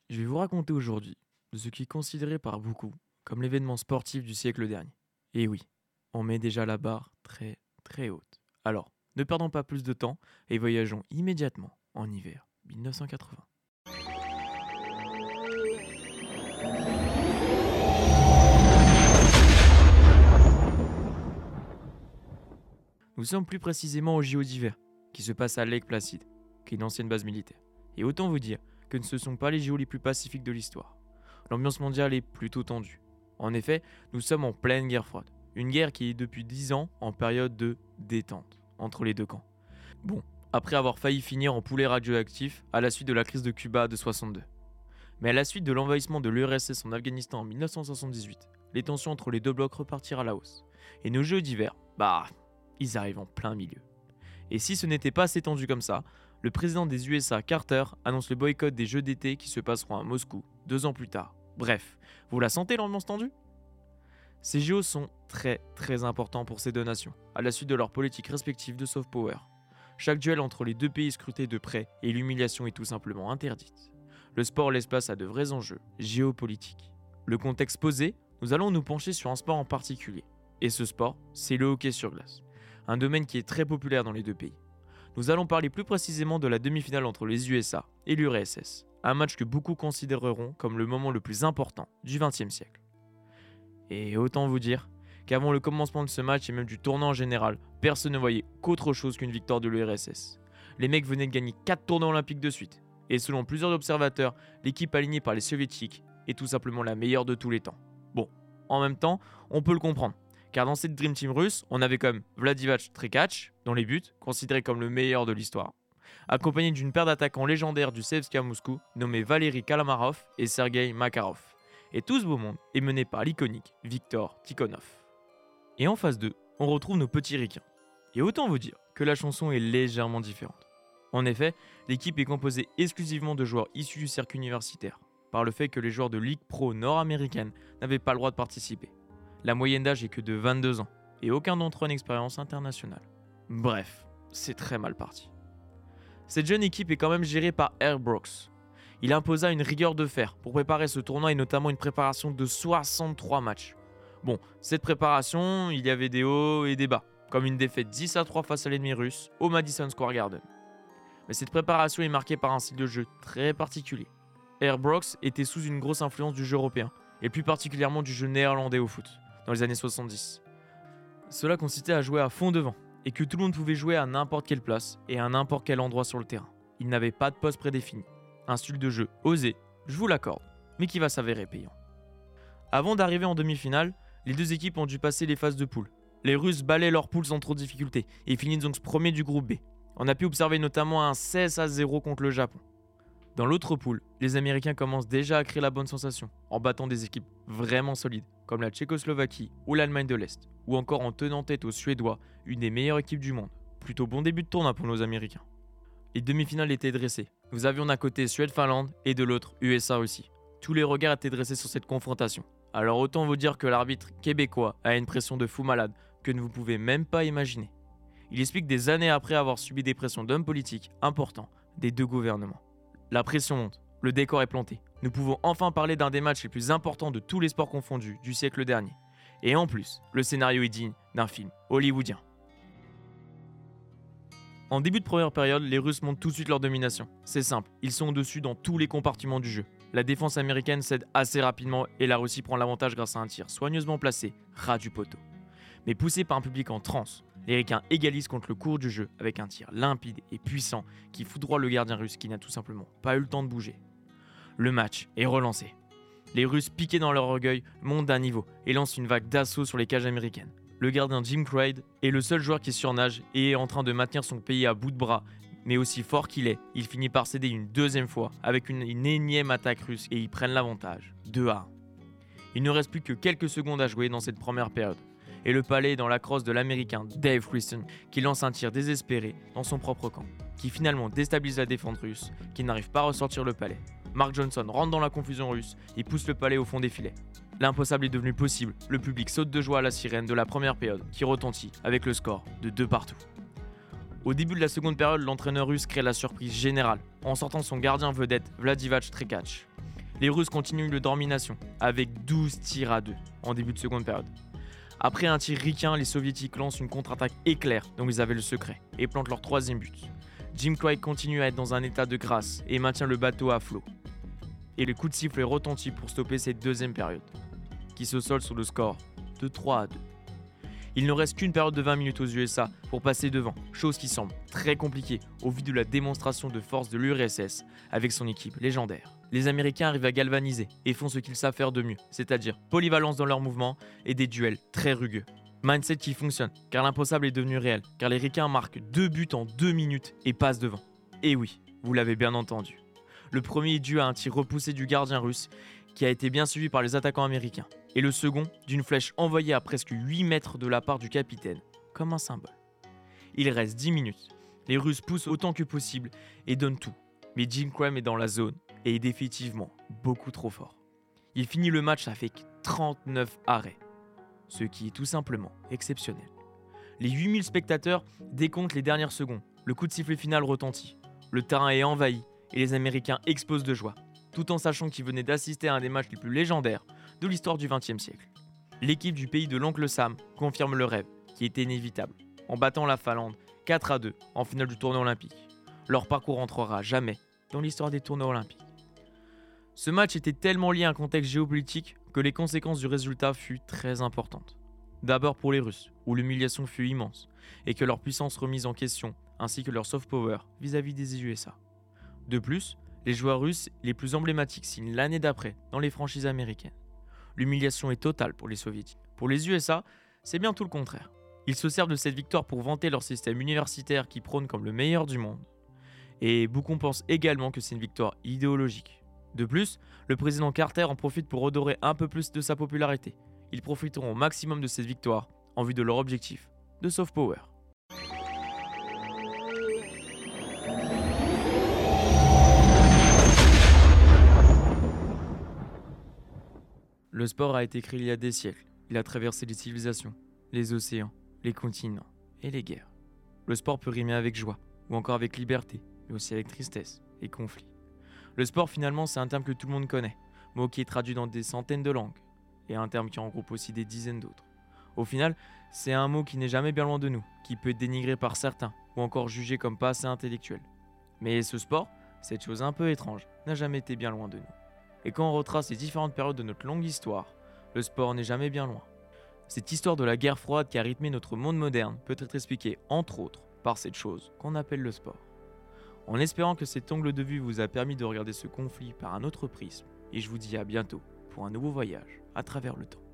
Je vais vous raconter aujourd'hui de ce qui est considéré par beaucoup comme l'événement sportif du siècle dernier. Et oui, on met déjà la barre très très haute. Alors, ne perdons pas plus de temps et voyageons immédiatement en hiver 1980. Nous sommes plus précisément au JO d'hiver, qui se passe à Lake Placid, qui est une ancienne base militaire. Et autant vous dire que ce ne sont pas les JO les plus pacifiques de l'histoire. L'ambiance mondiale est plutôt tendue. En effet, nous sommes en pleine guerre froide. Une guerre qui est depuis 10 ans en période de détente entre les deux camps. Bon, après avoir failli finir en poulet radioactif à la suite de la crise de Cuba de 62. Mais à la suite de l'envahissement de l'URSS en Afghanistan en 1978, les tensions entre les deux blocs repartirent à la hausse. Et nos jeux d'hiver, ils arrivent en plein milieu. Et si ce n'était pas assez tendu comme ça, le président des USA, Carter, annonce le boycott des Jeux d'été qui se passeront à Moscou 2 ans plus tard. Bref, vous la sentez l'ambiance tendue ? Ces JO sont très très importants pour ces deux nations, à la suite de leurs politiques respectives de soft power. Chaque duel entre les deux pays est scruté de près et l'humiliation est tout simplement interdite. Le sport laisse place à de vrais enjeux géopolitiques. Le contexte posé, nous allons nous pencher sur un sport en particulier. Et ce sport, c'est le hockey sur glace. Un domaine qui est très populaire dans les deux pays. Nous allons parler plus précisément de la demi-finale entre les USA et l'URSS, un match que beaucoup considéreront comme le moment le plus important du XXe siècle. Et autant vous dire qu'avant le commencement de ce match et même du tournoi en général, personne ne voyait qu'autre chose qu'une victoire de l'URSS. Les mecs venaient de gagner 4 tournois olympiques de suite, et selon plusieurs observateurs, l'équipe alignée par les soviétiques est tout simplement la meilleure de tous les temps. Bon, en même temps, on peut le comprendre. Car dans cette Dream Team russe, on avait comme Vladivac Trekac dans les buts, considéré comme le meilleur de l'histoire, accompagné d'une paire d'attaquants légendaires du CSKA Moscou, nommés Valeri Kalamarov et Sergei Makarov. Et tout ce beau monde est mené par l'iconique Viktor Tikhonov. Et en phase 2, on retrouve nos petits ricains. Et autant vous dire que la chanson est légèrement différente. En effet, l'équipe est composée exclusivement de joueurs issus du circuit universitaire, par le fait que les joueurs de Ligue Pro nord-américaine n'avaient pas le droit de participer. La moyenne d'âge est que de 22 ans, et aucun d'entre eux a une expérience internationale. Bref, c'est très mal parti. Cette jeune équipe est quand même gérée par Herb Brooks. Il imposa une rigueur de fer pour préparer ce tournoi et notamment une préparation de 63 matchs. Bon, cette préparation, il y avait des hauts et des bas, comme une défaite 10-3 face à l'ennemi russe au Madison Square Garden. Mais cette préparation est marquée par un style de jeu très particulier. Herb Brooks était sous une grosse influence du jeu européen, et plus particulièrement du jeu néerlandais au foot, dans les années 70. Cela consistait à jouer à fond devant, et que tout le monde pouvait jouer à n'importe quelle place et à n'importe quel endroit sur le terrain. Il n'avait pas de poste prédéfini. Un style de jeu osé, je vous l'accorde, mais qui va s'avérer payant. Avant d'arriver en demi-finale, les deux équipes ont dû passer les phases de poule. Les Russes balaient leur poule sans trop de difficultés et finissent donc premier du groupe B. On a pu observer notamment un 16-0 contre le Japon. Dans l'autre poule, les Américains commencent déjà à créer la bonne sensation en battant des équipes vraiment solides comme la Tchécoslovaquie ou l'Allemagne de l'Est, ou encore en tenant tête aux Suédois, une des meilleures équipes du monde. Plutôt bon début de tournoi pour nos Américains. Les demi-finales étaient dressées. Nous avions d'un côté Suède-Finlande et de l'autre USA-Russie. Tous les regards étaient dressés sur cette confrontation. Alors autant vous dire que l'arbitre québécois a une pression de fou malade que vous ne pouvez même pas imaginer. Il explique des années après avoir subi des pressions d'hommes politiques importants des deux gouvernements. La pression monte, le décor est planté. Nous pouvons enfin parler d'un des matchs les plus importants de tous les sports confondus du siècle dernier. Et en plus, le scénario est digne d'un film hollywoodien. En début de première période, les Russes montrent tout de suite leur domination. C'est simple, ils sont au-dessus dans tous les compartiments du jeu. La défense américaine cède assez rapidement et la Russie prend l'avantage grâce à un tir soigneusement placé, ras du poteau. Mais poussé par un public en transe, les Ricains égalisent contre le cours du jeu avec un tir limpide et puissant qui foudroie le gardien russe qui n'a tout simplement pas eu le temps de bouger. Le match est relancé. Les Russes, piqués dans leur orgueil, montent d'un niveau et lancent une vague d'assaut sur les cages américaines. Le gardien Jim Craig est le seul joueur qui surnage et est en train de maintenir son pays à bout de bras. Mais aussi fort qu'il est, il finit par céder une deuxième fois avec une énième attaque russe et ils prennent l'avantage, 2-1. Il ne reste plus que quelques secondes à jouer dans cette première période. Et le palais est dans la crosse de l'américain Dave Christen qui lance un tir désespéré dans son propre camp, qui finalement déstabilise la défense russe, qui n'arrive pas à ressortir le palais. Mark Johnson rentre dans la confusion russe et pousse le palais au fond des filets. L'impossible est devenu possible, le public saute de joie à la sirène de la première période qui retentit avec le score de 2-2. Au début de la seconde période, l'entraîneur russe crée la surprise générale en sortant son gardien vedette Vladivac Trekac. Les Russes continuent leur domination avec 12 tirs à 2 en début de seconde période. Après un tir ricain, les Soviétiques lancent une contre-attaque éclair dont ils avaient le secret et plantent leur troisième but. Jim Craig continue à être dans un état de grâce et maintient le bateau à flot. Et le coup de sifflet retentit pour stopper cette deuxième période, qui se solde sur le score de 3 à 2. Il ne reste qu'une période de 20 minutes aux USA pour passer devant, chose qui semble très compliquée au vu de la démonstration de force de l'URSS avec son équipe légendaire. Les Américains arrivent à galvaniser et font ce qu'ils savent faire de mieux, c'est-à-dire polyvalence dans leurs mouvements et des duels très rugueux. Mindset qui fonctionne, car l'impossible est devenu réel, car les Ricains marquent 2 buts en 2 minutes et passent devant. Et oui, vous l'avez bien entendu. Le premier est dû à un tir repoussé du gardien russe, qui a été bien suivi par les attaquants américains, et le second d'une flèche envoyée à presque 8 mètres de la part du capitaine, comme un symbole. Il reste 10 minutes, les Russes poussent autant que possible et donnent tout, mais Jim Craig est dans la zone et est définitivement beaucoup trop fort. Il finit le match avec 39 arrêts, ce qui est tout simplement exceptionnel. Les 8000 spectateurs décomptent les dernières secondes, le coup de sifflet final retentit, le terrain est envahi et les Américains explosent de joie, tout en sachant qu'ils venaient d'assister à un des matchs les plus légendaires de l'histoire du XXe siècle. L'équipe du pays de l'oncle Sam confirme le rêve, qui était inévitable, en battant la Finlande 4 à 2 en finale du tournoi olympique. Leur parcours entrera jamais dans l'histoire des tournois olympiques. Ce match était tellement lié à un contexte géopolitique que les conséquences du résultat furent très importantes. D'abord pour les Russes, où l'humiliation fut immense, et que leur puissance remise en question, ainsi que leur soft power vis-à-vis des USA. De plus, les joueurs russes les plus emblématiques signent l'année d'après dans les franchises américaines. L'humiliation est totale pour les soviétiques. Pour les USA, c'est bien tout le contraire. Ils se servent de cette victoire pour vanter leur système universitaire qui prône comme le meilleur du monde. Et beaucoup pensent également que c'est une victoire idéologique. De plus, le président Carter en profite pour redorer un peu plus de sa popularité. Ils profiteront au maximum de cette victoire en vue de leur objectif de soft power. Le sport a été créé il y a des siècles. Il a traversé les civilisations, les océans, les continents et les guerres. Le sport peut rimer avec joie, ou encore avec liberté, mais aussi avec tristesse et conflit. Le sport finalement c'est un terme que tout le monde connaît, mot qui est traduit dans des centaines de langues, et un terme qui en regroupe aussi des dizaines d'autres. Au final, c'est un mot qui n'est jamais bien loin de nous, qui peut être dénigré par certains, ou encore jugé comme pas assez intellectuel. Mais ce sport, cette chose un peu étrange, n'a jamais été bien loin de nous. Et quand on retrace les différentes périodes de notre longue histoire, le sport n'est jamais bien loin. Cette histoire de la guerre froide qui a rythmé notre monde moderne peut être expliquée, entre autres, par cette chose qu'on appelle le sport. En espérant que cet angle de vue vous a permis de regarder ce conflit par un autre prisme, et je vous dis à bientôt pour un nouveau voyage à travers le temps.